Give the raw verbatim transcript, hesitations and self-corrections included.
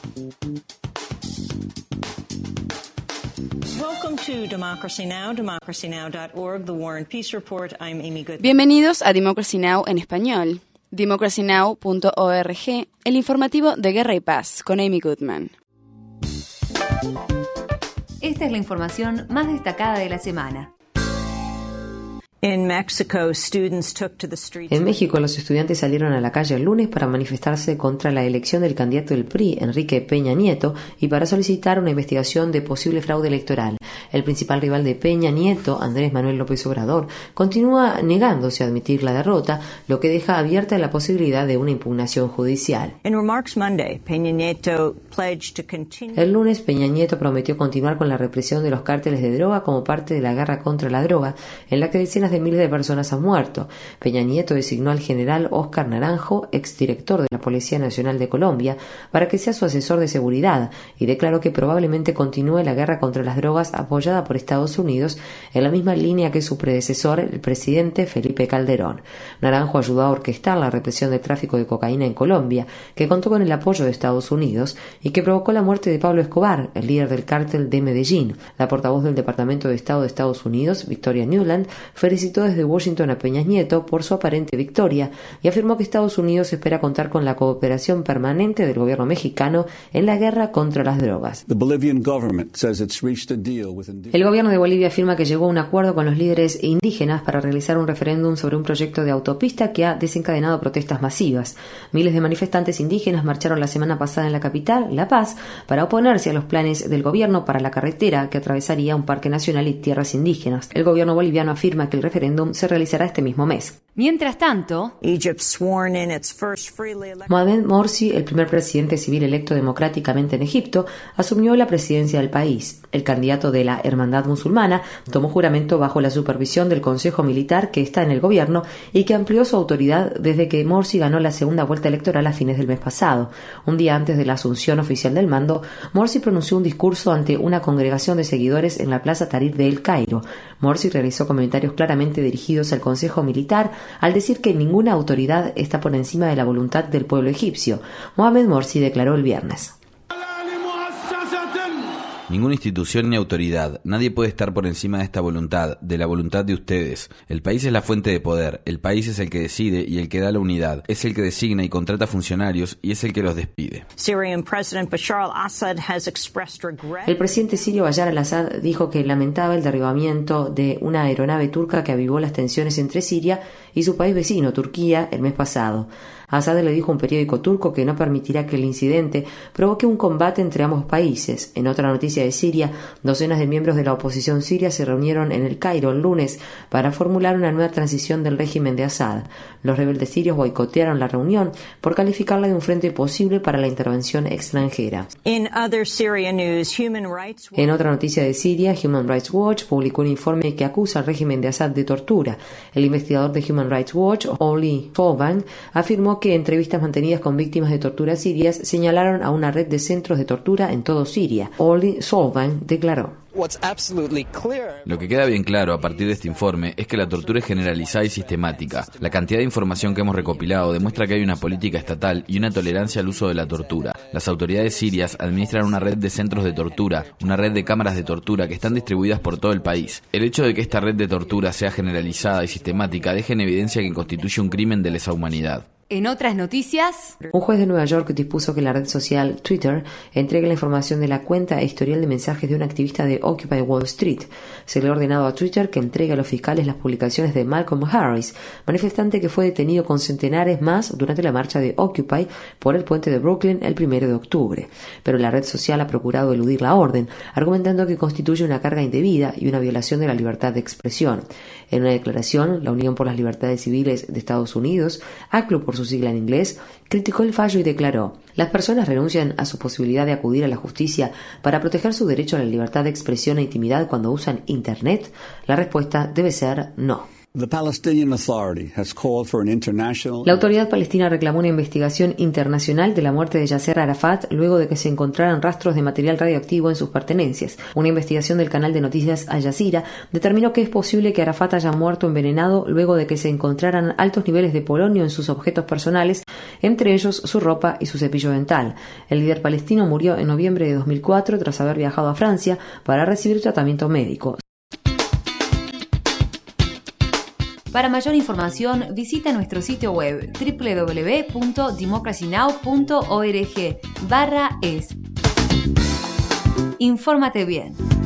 Welcome to Democracy Now!, democracy now dot org, The War and Peace Report. I'm Amy Goodman. Bienvenidos a Democracy Now! En español. democracy now punto org, el informativo de Guerra y Paz, con Amy Goodman. Esta es la información más destacada de la semana. In Mexico, students took to the streets. En México, los estudiantes salieron a la calle el lunes para manifestarse contra la elección del candidato del P R I, Enrique Peña Nieto, y para solicitar una investigación de posible fraude electoral. El principal rival de Peña Nieto, Andrés Manuel López Obrador, continúa negándose a admitir la derrota, lo que deja abierta la posibilidad de una impugnación judicial. In remarks Monday, Peña Nieto pledged to continue. El lunes, Peña Nieto prometió continuar con la represión de los cárteles de droga como parte de la guerra contra la droga, en la que decenas de miles de personas han muerto. Peña Nieto designó al general Óscar Naranjo, exdirector de la Policía Nacional de Colombia, para que sea su asesor de seguridad, y declaró que probablemente continúe la guerra contra las drogas apoyada por Estados Unidos en la misma línea que su predecesor, el presidente Felipe Calderón. Naranjo ayudó a orquestar la represión del tráfico de cocaína en Colombia, que contó con el apoyo de Estados Unidos y que provocó la muerte de Pablo Escobar, el líder del cártel de Medellín. La portavoz del Departamento de Estado de Estados Unidos, Victoria Nuland, felicitó desde de Washington a Peña Nieto por su aparente victoria y afirmó que Estados Unidos espera contar con la cooperación permanente del gobierno mexicano en la guerra contra las drogas. El gobierno de Bolivia afirma que llegó a un acuerdo con los líderes indígenas para realizar un referéndum sobre un proyecto de autopista que ha desencadenado protestas masivas. Miles de manifestantes indígenas marcharon la semana pasada en la capital, La Paz, para oponerse a los planes del gobierno para la carretera que atravesaría un parque nacional y tierras indígenas. El gobierno boliviano afirma que el referéndum se realizará este mismo mes. Mientras tanto, Mohamed Morsi, el primer presidente civil electo democráticamente en Egipto, asumió la presidencia del país. El candidato de la Hermandad Musulmana tomó juramento bajo la supervisión del Consejo Militar que está en el gobierno y que amplió su autoridad desde que Morsi ganó la segunda vuelta electoral a fines del mes pasado. Un día antes de la asunción oficial del mando, Morsi pronunció un discurso ante una congregación de seguidores en la Plaza Tahrir de El Cairo. Morsi realizó comentarios claramente dirigidos al Consejo Militar al decir que ninguna autoridad está por encima de la voluntad del pueblo egipcio. Mohamed Morsi declaró el viernes: ninguna institución ni autoridad, nadie puede estar por encima de esta voluntad, de la voluntad de ustedes. El país es la fuente de poder, el país es el que decide y el que da la unidad, es el que designa y contrata funcionarios y es el que los despide. El presidente sirio Bashar al-Assad dijo que lamentaba el derribamiento de una aeronave turca que avivó las tensiones entre Siria y su país vecino, Turquía, el mes pasado. Assad le dijo a un periódico turco que no permitirá que el incidente provoque un combate entre ambos países. En otra noticia de Siria, docenas de miembros de la oposición siria se reunieron en El Cairo el lunes para formular una nueva transición del régimen de Assad. Los rebeldes sirios boicotearon la reunión por calificarla de un frente posible para la intervención extranjera. En otra noticia de Siria, Human Rights Watch publicó un informe que acusa al régimen de Assad de tortura. El investigador de Human Rights Watch, Oli Solvan, afirmó que entrevistas mantenidas con víctimas de tortura sirias señalaron a una red de centros de tortura en todo Siria. Oli Solvan declaró: lo que queda bien claro a partir de este informe es que la tortura es generalizada y sistemática. La cantidad de información que hemos recopilado demuestra que hay una política estatal y una tolerancia al uso de la tortura. Las autoridades sirias administran una red de centros de tortura, una red de cámaras de tortura que están distribuidas por todo el país. El hecho de que esta red de tortura sea generalizada y sistemática deja en evidencia que constituye un crimen de lesa humanidad. En otras noticias, un juez de Nueva York dispuso que la red social Twitter entregue la información de la cuenta e historial de mensajes de un activista de Occupy Wall Street. Se le ha ordenado a Twitter que entregue a los fiscales las publicaciones de Malcolm Harris, manifestante que fue detenido con centenares más durante la marcha de Occupy por el puente de Brooklyn el primero de octubre. Pero la red social ha procurado eludir la orden, argumentando que constituye una carga indebida y una violación de la libertad de expresión. En una declaración, la Unión por las Libertades Civiles de Estados Unidos, A C L U por su sigla en inglés, criticó el fallo y declaró: las personas renuncian a su posibilidad de acudir a la justicia para proteger su derecho a la libertad de expresión e intimidad cuando usan Internet. La respuesta debe ser no. La autoridad palestina reclamó una investigación internacional de la muerte de Yasser Arafat luego de que se encontraran rastros de material radioactivo en sus pertenencias. Una investigación del canal de noticias Al Jazeera determinó que es posible que Arafat haya muerto envenenado luego de que se encontraran altos niveles de polonio en sus objetos personales, entre ellos su ropa y su cepillo dental. El líder palestino murió en noviembre de dos mil cuatro tras haber viajado a Francia para recibir tratamiento médico. Para mayor información, visita nuestro sitio web doble u doble u doble u punto democracy now punto org barra es. Infórmate bien.